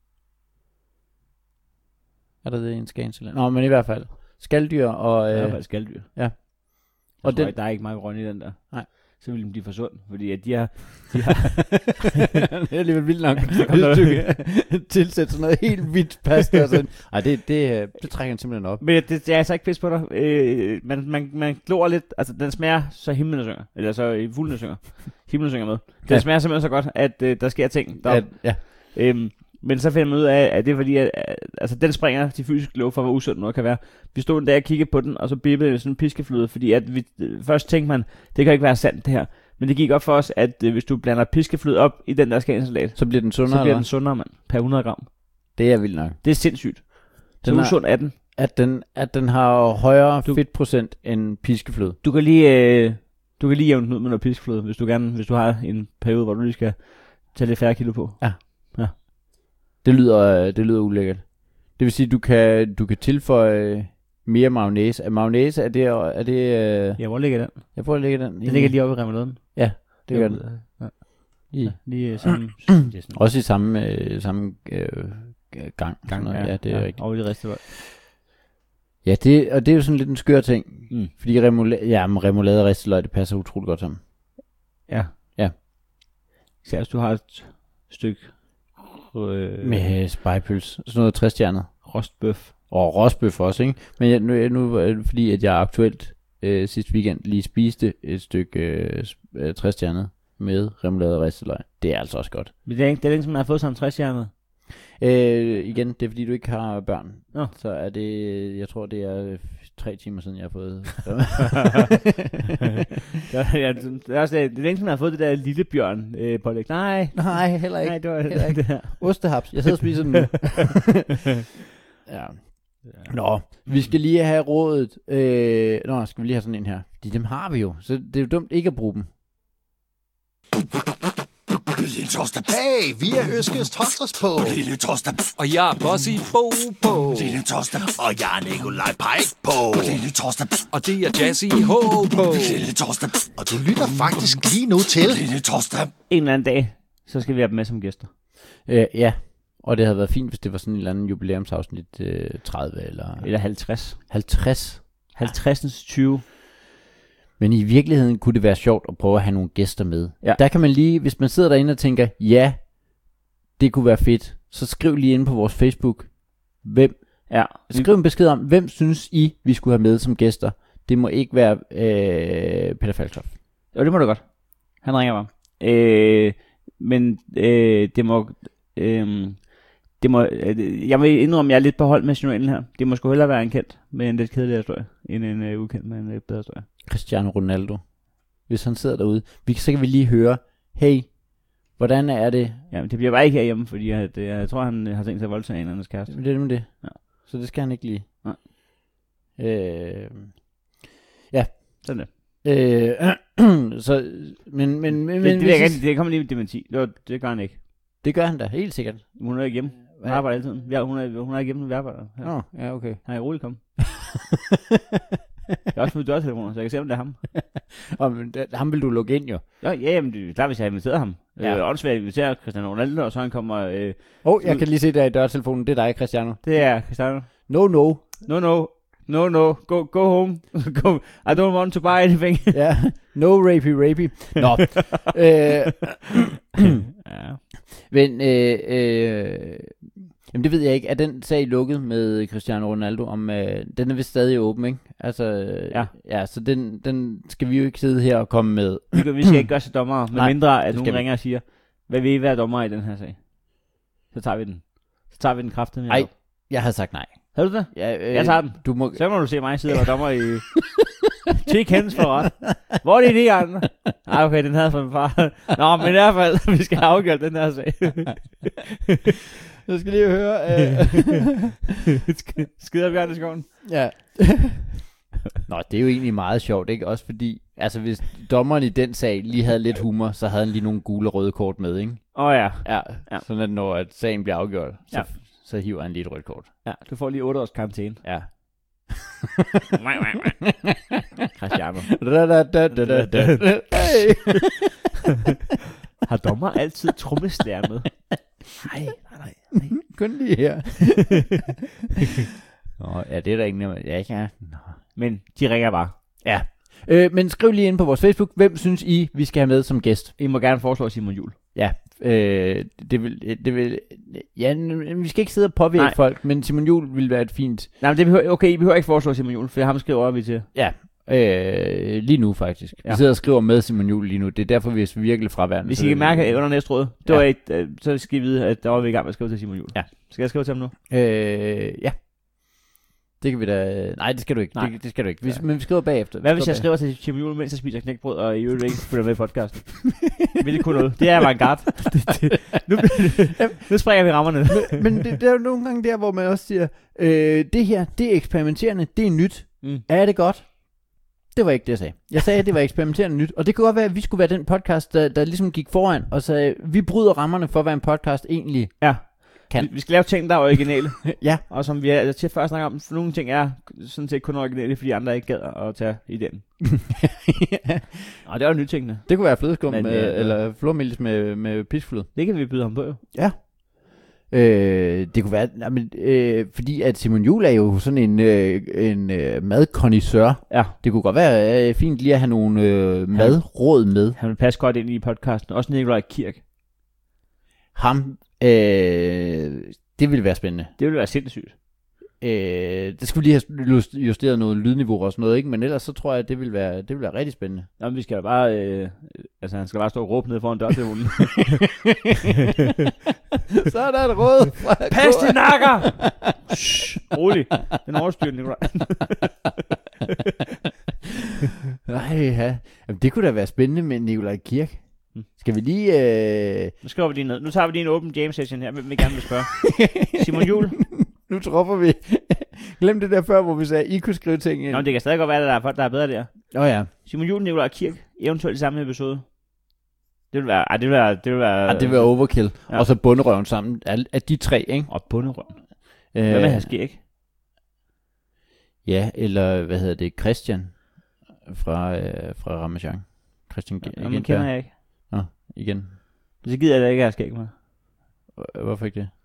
Er det en skansalat? Nå, men i hvert fald. Skaldyr og... I hvert fald skaldyr. Ja. Og der er ikke makaroni i den der. Nej. Så vil de blive for sund, fordi at de har det er alligevel vildt nok. Tilsætte sådan noget helt hvidt pasta og sådan. Ej, det trækker den simpelthen op. Men det er altså ikke pis på dig. Man glor lidt, altså den smager så himlen synger, eller så fuglene synger. Himlen synger med. Den smager simpelthen så godt, at der sker ting deroppe. Ja. Men så finder man ud af, at det er fordi, at altså, den springer de fysiske love for, hvor usundt noget kan være. Vi stod en dag og kiggede på den, og så bippede det sådan en piskefløde, fordi at vi først tænkte man, det kan ikke være sandt det her. Men det gik op for os, at hvis du blander piskefløde op i den der skansalat, så bliver den sundere, mand, per 100 gram. Det er vildt nok. Det er sindssygt. Så usund er den. At den har højere fedtprocent end piskefløde. Du kan lige jævne den ud med noget piskefløde, hvis du har en periode, hvor du lige skal tage lidt færre kilo på. Ja. Det lyder ulækkert. Det vil sige, du kan tilføje mere mayonnaise. Mayonnaise, er det Ja, hvor ligger den? Jeg prøver at lægge den. Den ligger lige oppe i remouladen. Ja, det gør den. Ja. Lige samme... Også i samme gang. Ja, det er rigtigt. Og i ristede. Ja, det er jo sådan lidt en skør ting. Fordi remoulade og risteløg, det passer utroligt godt sammen. Ja. Især hvis du har et stykke... med spejepøls. Sådan noget 60-stjernet. Rostbøf. Og rostbøf også, ikke? Men nu fordi at jeg aktuelt sidste weekend lige spiste et stykke 60-stjernet med remoulade og risteløg. Det er altså også godt. Men det er ikke, som man har fået som 60-stjernet? Igen, det er fordi du ikke har børn. Nå. Så er det, jeg tror det er 3 timer siden jeg har fået. Det er ikke som man har fået det der lille bjørn pålæg. Nej, heller ikke. Nej, det var heller ikke. Det her. Ostehaps. Jeg sidder og spiser den nu. Ja. Nå, vi skal lige have rådet. Skal vi lige have sådan en her? Fordi dem har vi jo, så det er jo dumt ikke at bruge dem. Lille torsdag. Hey, vi er Øskes Tosters på. Lille torsdag. Og jeg er Bossy Bo på. Lille torsdag. Og jeg er Nikolaj Pike på. Lille torsdag. Og det er Jazzy H på. Lille torsdag. Og du lytter faktisk lige nu til Lille torsdag. En eller anden dag, så skal vi have dem med som gæster. Ja, og det havde været fint, hvis det var sådan en eller anden jubilæumsafsnit 30 Eller 50. 50. 50. 20. Men i virkeligheden kunne det være sjovt at prøve at have nogle gæster med. Ja. Der kan man lige, hvis man sidder derinde og tænker, ja, det kunne være fedt, så skriv lige inde på vores Facebook, skriv en besked om, hvem synes I, vi skulle have med som gæster. Det må ikke være Peter Falktoft. Jo, det må du godt. Han ringer bare. Men jeg vil indrømme, at jeg er lidt på hold med journalen her. Det må sgu hellere være en kendt med en lidt kedelig historie, end en ukendt med en lidt bedre historie. Cristiano Ronaldo. Hvis han sidder derude, så kan vi lige høre, hey, hvordan er det? Ja, men det bliver bare ikke herhjemme, fordi jeg tror, han har tænkt sig at voldtage en andens kæreste. Det er det. Ja. Så det skal han ikke lige. Nej. Ja. Sådan det. Så, men det kommer lige med dementi. Det gør han ikke. Det gør han da, helt sikkert. Hun er ikke hjemme. Hun arbejder altid. Hun er ikke hjemme, når vi arbejder. Ja. Ja, okay. Han er roligt kommet. Jeg har også fået dørtelefoner, så jeg kan se, om det er ham. Men ham vil du lukke ind, jo. Ja, men det er klart, hvis jeg har inviteret ham. Ja. Åndsvært inviterer Cristiano Ronaldo, og så han kommer... jeg kan lige se der i dørtelefonen. Det er dig, Cristiano. Det er Cristiano. No. No. Go home. I don't want to buy anything. Ja. No rapey. Nå. Ja. Men, jamen det ved jeg ikke. Er den sag lukket med Cristiano Ronaldo? Den er vist stadig åben, ikke? Altså, ja, så den skal vi jo ikke sidde her og komme med. Vi skal ikke gøre sig dommere, med mindre at nogen ringer og siger, hvad vil I være dommer i den her sag? Så tager vi den kraftigt. Nej, jeg havde sagt nej. Havde du det? Ja, jeg tager den. Så må du se mig sidde og være dommer i... Tjek hendes for ret. Hvor er det andre? Nej, okay, den havde fra min far. Nå, men i hvert fald, vi skal have afgjort den her sag. Jeg skal lige høre... Skider Bjørn i skoven. Ja. Nå, det er jo egentlig meget sjovt, ikke? Også fordi, altså hvis dommeren i den sag lige havde lidt humor, så havde han lige nogle gule og røde kort med, ikke? Ja. Sådan at når sagen bliver afgjort, så hiver han lige et rødt kort. Ja, du får lige 8 års karantæne. Ja. Cristiano. Hey. Har dommer altid trommeslager med? Nej. Kun lige her. Ja, det er der ikke noget. Ja. Men de ringer bare. Ja. Men skriv lige ind på vores Facebook, hvem synes I, vi skal have med som gæst? I må gerne foreslå Simon Juhl. Ja. Det vil ja, vi skal ikke sidde og påvirke folk, men Simon Juhl vil være et fint... Nej, men I behøver ikke foreslå Simon Juhl, for ham skriver vi til. Ja, lige nu faktisk. Vi sidder og skriver med Simon Juhl lige nu. Det er derfor, vi er virkelig fraværende. Hvis I kan mærke under næste råd, så skal I vide, at der var vi i gang med at skrive til Simon Juhl. Ja. Skal jeg skrive til ham nu? Ja. Det kan vi da... Nej, det skal du ikke. Det skal du ikke. Men vi skriver bagefter. Hvad hvis jeg skriver til Simon Juhl, mens jeg spiser knækbrød, og i øvrigt ikke følger med i podcasten? Vil det kunne noget? Det er avantgarde. Nu springer vi rammerne. Men det er jo nogle gange der, hvor man også siger, det her, det er eksperimenterende, det er nyt. Er det godt? Det var ikke det, jeg sagde. Jeg sagde, at det var eksperimenterende nyt. Og det kunne godt være, at vi skulle være den podcast, der ligesom gik foran og sagde, vi bryder rammerne for, hvad en podcast egentlig kan. Vi skal lave ting, der er originale. Ja. Og som vi har til først snakke om, for nogle ting er sådan set kun originale, fordi andre ikke gad at tage ideen. Og det er jo nytænkende. Det kunne være flødeskum eller flormelis med pisfløde. Det kan vi byde ham på, jo. Ja. Det kunne være, fordi at Simon Juhl er jo sådan en madkondisør. Ja. Det kunne godt være fint lige at have nogle madråd med. Han vil passe godt ind i podcasten. Også Nikolaj Kirk. Ham, det ville være spændende. Det ville være sindssygt. Det skulle vi lige have justeret noget lydniveau og sådan noget, ikke? Men ellers så tror jeg, at det vil være rigtig spændende. Jamen, vi skal jo bare, han skal bare stå og råbe ned foran dørtelefonen. Så er der et råd. Pas de nakker! Rolig. Den overstyrer Nikolaj. Nej, ja. Jamen, det kunne da være spændende med Nikolaj Kirk. Skal vi lige... Nu skriver vi lige ned. Nu tager vi lige en åben jam session her, hvem vi gerne vil spørge. Simon Juhl. Nu tropper vi. Glem det der før, hvor vi sagde, at I kunne skrive ting ind. Nå, det kan stadig godt være, at der er bedre der. Ja. Simon Juhl, Nikolaj Kirk, eventuelt i samme episode. Det vil være... Det vil være overkill. Ja. Og så bunderøven sammen. Af de 3, ikke? Og bunderøven. Hvad med Haske, ikke? Ja, eller hvad hedder det? Christian fra Ramachan. Christian Jamen, kender jeg ikke. Nå, igen. Så gider jeg da ikke Haske med. Hvorfor ikke det?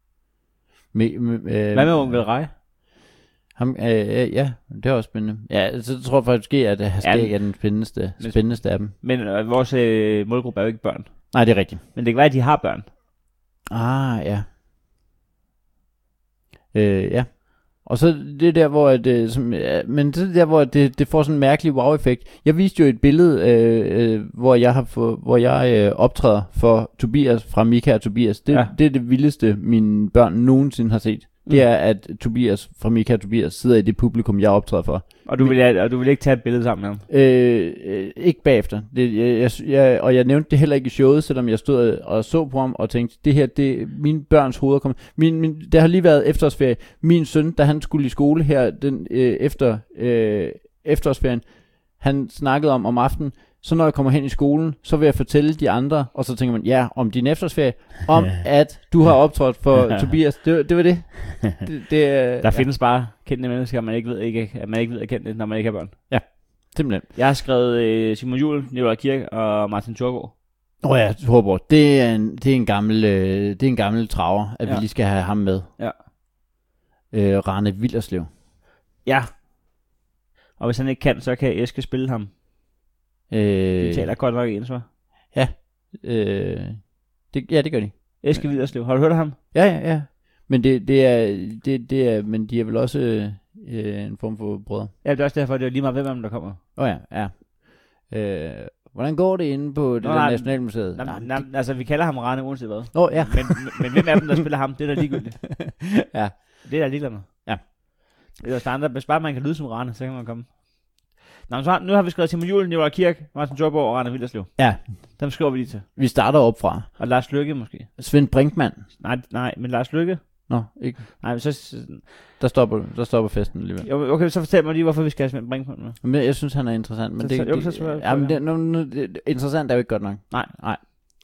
Hvad med onkel Rej? Ham, ja, det er også spændende. Ja, så tror jeg faktisk, at Haske er den spændendste af dem. Men vores målgruppe er jo ikke børn. Nej, det er rigtigt. Men det kan være, at de har børn. Ja. Ja. Og så det der, hvor det får sådan en mærkelig wow-effekt. Jeg viste jo et billede, hvor jeg optræder for Tobias fra Mika og Tobias. Det er det vildeste, mine børn nogensinde har set. Det er, at Tobias fra Mika og Tobias sidder i det publikum, jeg optræder for. Og du vil ikke tage et billede sammen med ham? Ikke bagefter. Og jeg nævnte det heller ikke i showet, selvom jeg stod og så på ham og tænkte, det her, det er mine børns hoveder kommer. Der har lige været efterårsferie. Min søn, da han skulle i skole her efter efterårsferien, han snakkede om aftenen, så når jeg kommer hen i skolen, så vil jeg fortælle de andre, og så tænker man, om din efterårsferie, om at du har optrådt for Tobias. Det var det. Der findes bare kendte mennesker, man ikke ved er kendte, når man ikke har børn. Ja, simpelthen. Jeg har skrevet Simon Juhl, Nicolai Kirk og Martin Thorgård. Ja, Thorgård. Det er en gammel traver, at vi lige skal have ham med. Ja. Rane Willerslev. Ja. Og hvis han ikke kan, så kan Eske spille ham. De taler godt nok ens, hva'? Ja. Det gør de. Eske Willerslev. Har du hørt ham? Ja. Men men de er vel også en form for brødre. Ja, det er også derfor, det er lige meget hvem af dem, der kommer. Ja. Hvordan går det inde på det der Nationalmuseet? Altså, vi kalder ham Rane uanset hvad. Ja. Men hvem af dem, der spiller ham, det er da ligegyldigt. Ja. Det er da ligeglad med. Ja. Det er standard. Hvis bare man kan lyde som Rane, så kan man komme. Nå, så nu har vi skrevet Simon Juhl, Nicolai Kirk, Martin Thorgård og Rane Willerslev. Ja. Dem skriver vi lige til. Vi starter op fra. Og Lars Løkke måske. Svend Brinkmann. Nej, men Lars Løkke. Nå, ikke. Nej, men så... Der stopper festen alligevel. Okay, så fortæl mig lige, hvorfor vi skal have Svend Brinkmann med. Men jeg synes, han er interessant. Men interessant er jo ikke godt nok. Nej.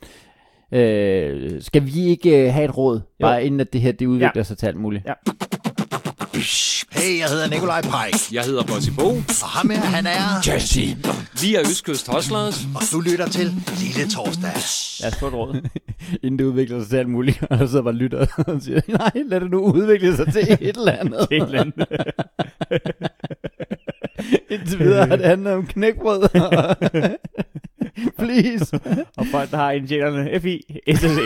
Skal vi ikke have et råd? Bare inden at det her, det udvikler sig til alt muligt. Ja. Hey, jeg hedder Nikolaj Pike. Jeg hedder Bossy Bo. Og ham her, han er... Jesse. Vi er Østkyst Hustlers. Og du lytter til Lille Torsdag. Lad os få et råd. Inden det udvikler sig til alt muligt. Og så bare lytter og siger, nej, lad det nu udvikle sig til et eller andet. Et eller andet. Indtil videre har det handlet om knækbrød. Please. Og folk, der har initialerne FI, SSE.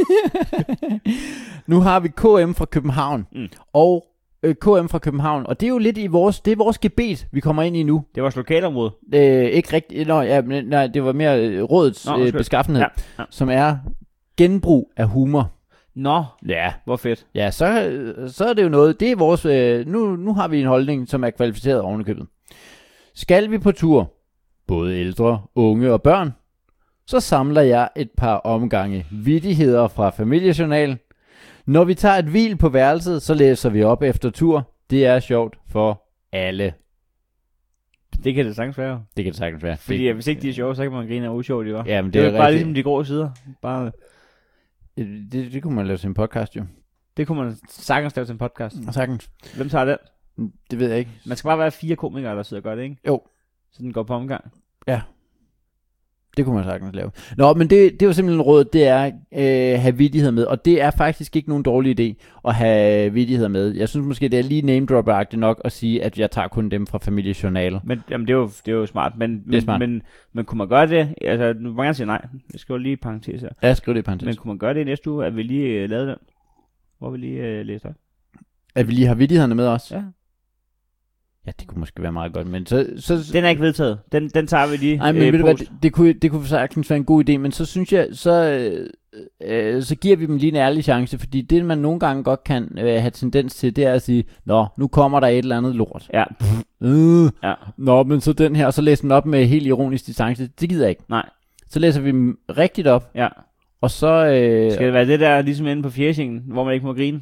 Nu har vi KM fra København. Og KM fra København, og det er jo lidt i vores gebet, vi kommer ind i nu. Det er vores lokalområde. Ikke rigtigt, nej, det var mere rådets beskaffenhed, ja. Som er genbrug af humor. Nå, ja, hvor fedt. Ja, så er det jo noget, det er vores, nu har vi en holdning, som er kvalificeret oven i købet. Skal vi på tur, både ældre, unge og børn, så samler jeg et par omgange vittigheder fra Familiejournal. Når vi tager et hvil på værelset, så læser vi op efter tur. Det er sjovt for alle. Det kan det sagtens være. Det kan det sagtens være. Fordi hvis ikke de er sjove, så kan man grine af usjovt, jo. Ja, men det er bare ligesom de grå sider. Bare... Det kunne man lave til en podcast, jo. Det kunne man sagtens lave til en podcast. Sagtens. Hvem tager den? Det ved jeg ikke. Man skal bare være 4 komikere, der sidder og gør det, ikke? Jo. Så den går på omgang. Ja. Det kunne man sagtens lave. Nå, men det er jo simpelthen rådet, det er have vittigheder med, og det er faktisk ikke nogen dårlig idé at have vittigheder med. Jeg synes måske, det er lige name-dropper-agtigt nok at sige, at jeg tager kun dem fra Familiejournal. Men jamen, det er jo smart. Men kunne man gøre det? Altså, nu må jeg sige nej. Jeg skriver lige parentes her. Ja, skriv det i parentes. Men kunne man gøre det i næste uge, at vi lige lavede den? Hvor vi lige læste op? At vi lige har vittighederne med os? Ja. Ja, det kunne måske være meget godt, men så den er ikke vedtaget. Den tager vi lige. Nej, men ved du hvad, det kunne sagtens være en god idé, men så synes jeg, så giver vi dem lige en ærlig chance, fordi det man nogle gange godt kan have tendens til, det er at sige, nå, nu kommer der et eller andet lort. Ja. Ja. Nå, men så den her, så læser den op med helt ironisk distance. Det gider jeg ikke. Nej. Så læser vi dem rigtigt op. Ja. Og så skal det være det der ligesom inde på fjæsingen, hvor man ikke må grine?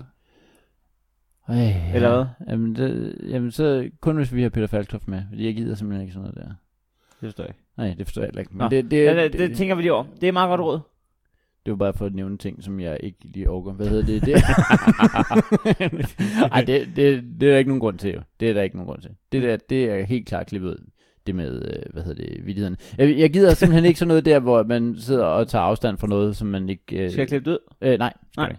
Eller hvad? Jamen så kun hvis vi har Peter Falktoft med, fordi jeg gider simpelthen ikke sådan noget der. forstår jeg ikke. Nej, det forstår jeg heller ikke. Nå. Men det tænker vi lige over. Det er meget godt råd. Det var bare for at nævne ting, som jeg ikke lige overgår. Hvad hedder det? Ej, det er der ikke nogen grund til, jo. Det er der ikke nogen grund til. Det er helt klart klippet ud. Det med, vittighederne. Jeg gider simpelthen ikke sådan noget der, hvor man sidder og tager afstand fra noget, som man ikke... Skal jeg klippe det ud? Nej.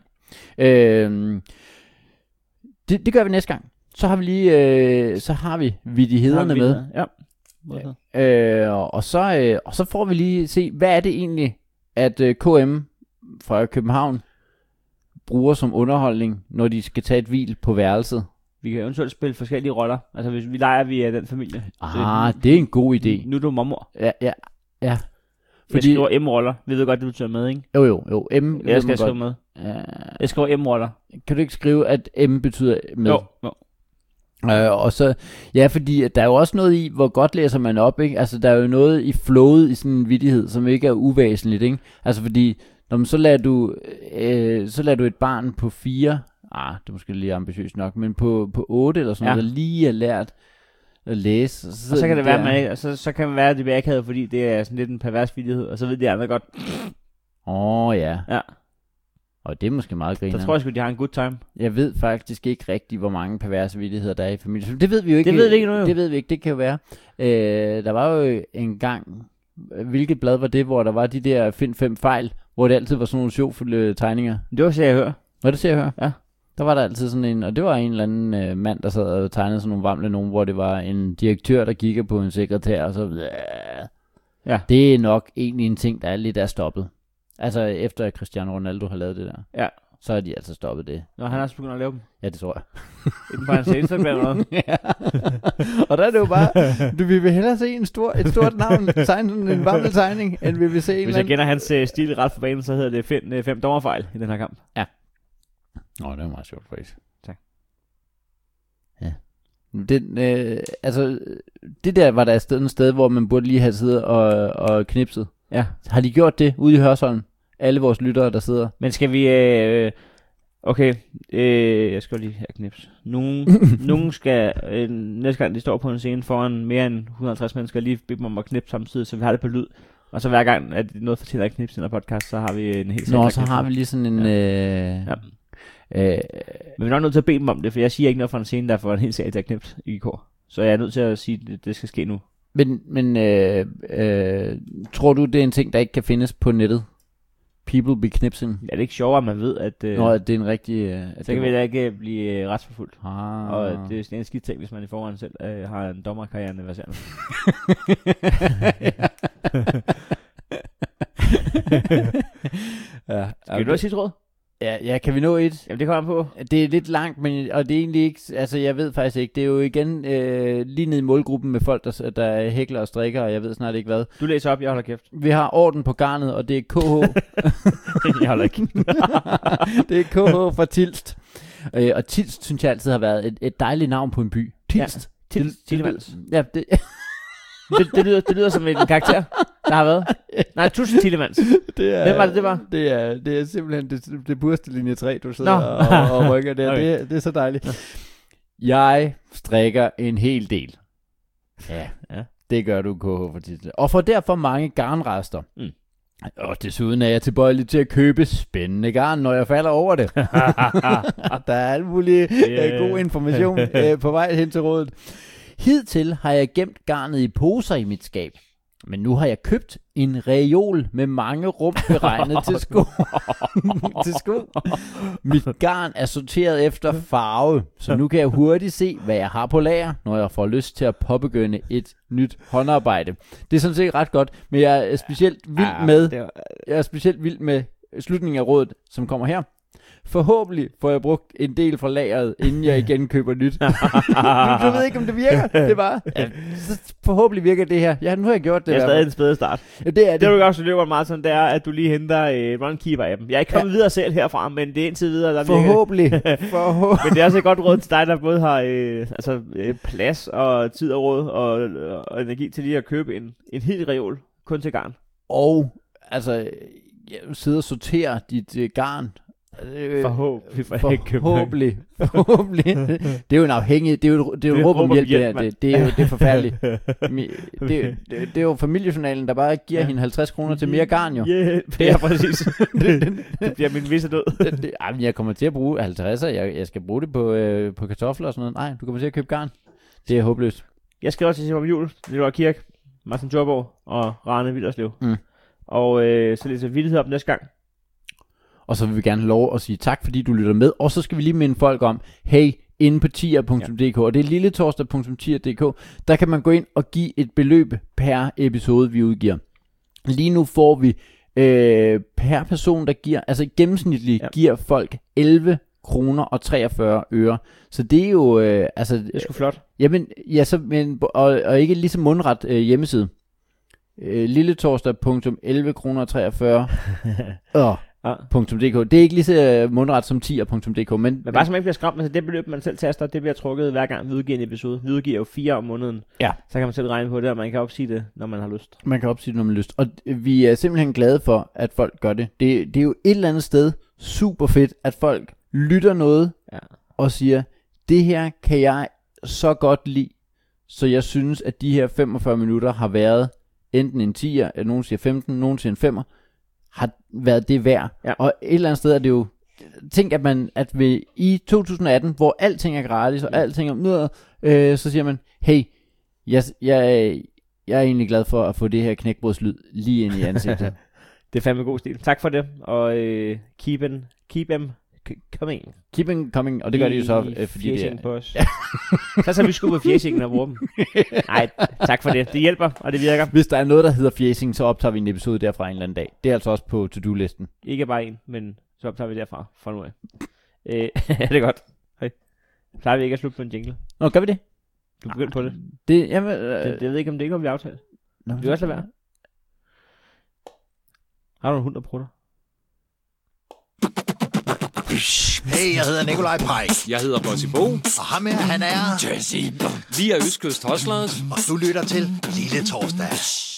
Det gør vi næste gang. Så har vi lige... så har vi vittighederne med. Ja. Og så får vi lige se, hvad er det egentlig, at KM fra København bruger som underholdning, når de skal tage et hvil på værelset. Vi kan eventuelt spille forskellige roller. Altså hvis vi leger, vi er den familie. Det er en god idé. Nu er du mormor. Ja. Fordi jeg skriver M-roller. Vi ved godt, det betyder med, ikke? Jo. M. Jeg skal skrive med. Jeg skriver M-roller. Kan du ikke skrive, at M betyder med? Jo. Og så, ja, fordi der er jo også noget i, hvor godt læser man op, ikke? Altså, der er jo noget i flowet i sådan en vittighed, som ikke er uvæsentligt, ikke? Altså, fordi, så lader du et barn på 4, det er måske lige ambitiøst nok, men på 8 eller sådan noget, der lige er lært at læse. Og så kan det være, så kan man være, at det bliver akavet, fordi det er sådan lidt en pervers vittighed, og så ved de andre godt. Ja. Og det er måske meget griner. Så tror jeg sgu, de har en good time. Jeg ved faktisk ikke rigtigt, hvor mange perverse vittigheder der er i familien. Det ved vi jo ikke. Det ved vi ikke nu jo. Det ved vi ikke, det kan jo være. Der var jo en gang, hvilket blad var det, hvor der var de der find 5 fejl, hvor det altid var sådan nogle sjovfulde tegninger. Det var Se og Hør. Var det Se og Hør? Ja. Der var der altid sådan en, og det var en eller anden mand, der sad og tegnede sådan nogle vamle nogen, hvor det var en direktør, der kigger på en sekretær, og så... Ja. Det er nok egentlig en ting, der er lidt stoppet. Altså efter Cristiano Ronaldo har lavet det der. Ja. Så har de altså stoppet det. Nå, han har også begyndt at lave dem. Ja, det tror jeg. Inden på hans Instagram eller noget. Ja. Og der er det jo bare, vi vil hellere se et stort navn tegne sådan en vammeltegning, end vi vil se en. Hvis jeg kender hans stil ret for banen, så hedder det 5 dommerfejl i den her kamp. Ja. Det er meget sjovt faktisk. Tak. Ja. Det der var der et sted, hvor man burde lige have siddet og knipset. Ja. Har de gjort det ude i Hørsholm? Alle vores lyttere, der sidder. Men skal vi... Okay, jeg skal lige have knips. Nogen skal, næste gang de står på en scene foran mere end 150 mennesker, lige bede dem om at knipse samtidig, så vi har det på lyd. Og så hver gang, at noget fortæller at knipse i den her podcast, så har vi en helt så har vi lige sådan en... Ja. Men vi er nok nødt til at bede dem om det, for jeg siger ikke noget fra en scene, der får en helt serie til at knipse i går. Så jeg er nødt til at sige, at det skal ske nu. Men tror du, det er en ting, der ikke kan findes på nettet? People be knipsing. Ja, det er ikke sjovere, at man ved, at... at det er en rigtig... så kan vi da ikke blive retsforfulgt. Og det er en skidt ting, hvis man i forvejen selv har en dommerkarriere verserende. Ja. Skal du have sidste råd? Ja, kan vi nå et? Jamen, det kommer på. Det er lidt langt, og det er egentlig ikke... Altså, jeg ved faktisk ikke. Det er jo igen lige ned i målgruppen med folk, der hækler og strikker, og jeg ved snart ikke hvad. Du læser op, jeg holder kæft. Vi har orden på garnet, og det er KH. Jeg holder ikke. Det er KH fra Tilst. Og Tilst, synes jeg altid har været et dejligt navn på en by. Tilst. Ja. Tilst. Ja, det... det lyder som en karakter, der har været. Nej, Tusind Tillemans. Hvem var det var? Det er simpelthen det burste linje 3, du sidder og rykker der. Okay. Det er så dejligt. Jeg strikker en hel del. Ja. Det gør du, KH for Tilst. Og får derfor mange garnrester. Og desuden er jeg tilbøjelig til at købe spændende garn, når jeg falder over det. Der er alt muligt god information på vej hen til rådet. Hidtil har jeg gemt garnet i poser i mit skab. Men nu har jeg købt en reol med mange rum beregnet til sko. Mit garn er sorteret efter farve, så nu kan jeg hurtigt se, hvad jeg har på lager, når jeg får lyst til at påbegynde et nyt håndarbejde. Det er sådan set ret godt, men jeg er specielt vild med slutningen af rådet, som kommer her. Forhåbentlig får jeg brugt en del fra lageret, inden jeg igen køber nyt. Du ved ikke, om det virker. Det er bare... Ja, forhåbentlig virker det her. Ja, nu har jeg gjort det. Det er stadig en spæde start. Ja, det er det. Det du også løber meget sådan, det er, at du lige henter Runkeeper-appen. Jeg er ikke kommet videre selv herfra, men det er indtil videre, der forhåbentlig. Men det er også et godt råd til dig, der både har plads og tid og råd og energi til lige at købe en helt reol, kun til garn. Og altså, sidde og sortere dit garn Forhåbentlig. Det er jo en afhængig, det er jo råb om hjælp, det er forfærdeligt. Det er jo familiejournalen, der bare giver hende 50 kroner til mere garn, jo. Det er præcis. Det bliver min visse død. Jamen, jeg kommer til at bruge 50'er, jeg skal bruge det på kartofler og sådan noget. Nej, du kommer til at købe garn. Det er håbløst. Jeg skal også til Simon Juhl, Nikolaj Kirk, Martin Thorborg og Rane Villerslev. Og så læser vi vildhed op næste gang. Og så vil vi gerne have lov at sige tak, fordi du lytter med. Og så skal vi lige minde folk om, hey, inde på tier.dk, og det er lilletorsdag.tier.dk, der kan man gå ind og give et beløb per episode, vi udgiver. Lige nu får vi per person, der giver, altså gennemsnitligt giver folk 11 kroner og 43 øre. Så det er jo, altså... Det er sgu flot. Jamen, ja, så, men, og ikke ligesom mundret hjemmeside. Lilletorsdag.11 kroner 43 .dk. Det er ikke lige så mundret som tier.dk, men bare så man ikke bliver skræmt, altså det beløb, man selv taster, det bliver trukket hver gang vi udgiver en episode. Vi udgiver jo 4 om måneden. Ja. Så kan man selv regne på det, og man kan opsige det, når man har lyst. Man kan opsige det, når man har lyst. Og vi er simpelthen glade for, at folk gør det. Det er jo et eller andet sted super fedt, at folk lytter noget og siger, det her kan jeg så godt lide, så jeg synes, at de her 45 minutter har været enten en 10'er, nogen siger 15, nogen siger en 5'er, har været det værd. Ja. Og et eller andet sted er det jo, tænk at vi i 2018, hvor alting er gratis, og alting er noget, så siger man, hey, jeg er egentlig glad for at få det her knækbrødslyd lige ind i ansigtet. Det er fandme god stil. Tak for det, og keep them coming. Keep them coming, og det gør de jo så, fordi det er... på os. Så tager vi sgu på fjæsingen og bruger dem. Nej, tak for det. Det hjælper, og det virker. Hvis der er noget, der hedder fjæsing, så optager vi en episode derfra en eller anden dag. Det er altså også på to-do-listen. Ikke bare en, men så optager vi derfra. For nu af. Ja, det er godt. Hej. Plejer vi ikke at slutte på en jingle? Nå, gør vi det? Du begyndte på det. Jeg ved ikke, om det ikke vi aftalt. Du kan også lade være. Har du en hund, der prutter? Hey, jeg hedder Nikolaj Pej. Jeg hedder Bossy Bo. Og ham her, han er... Jesse. Vi er Østkyst Hustlers. Og du lytter til Lille Torsdag.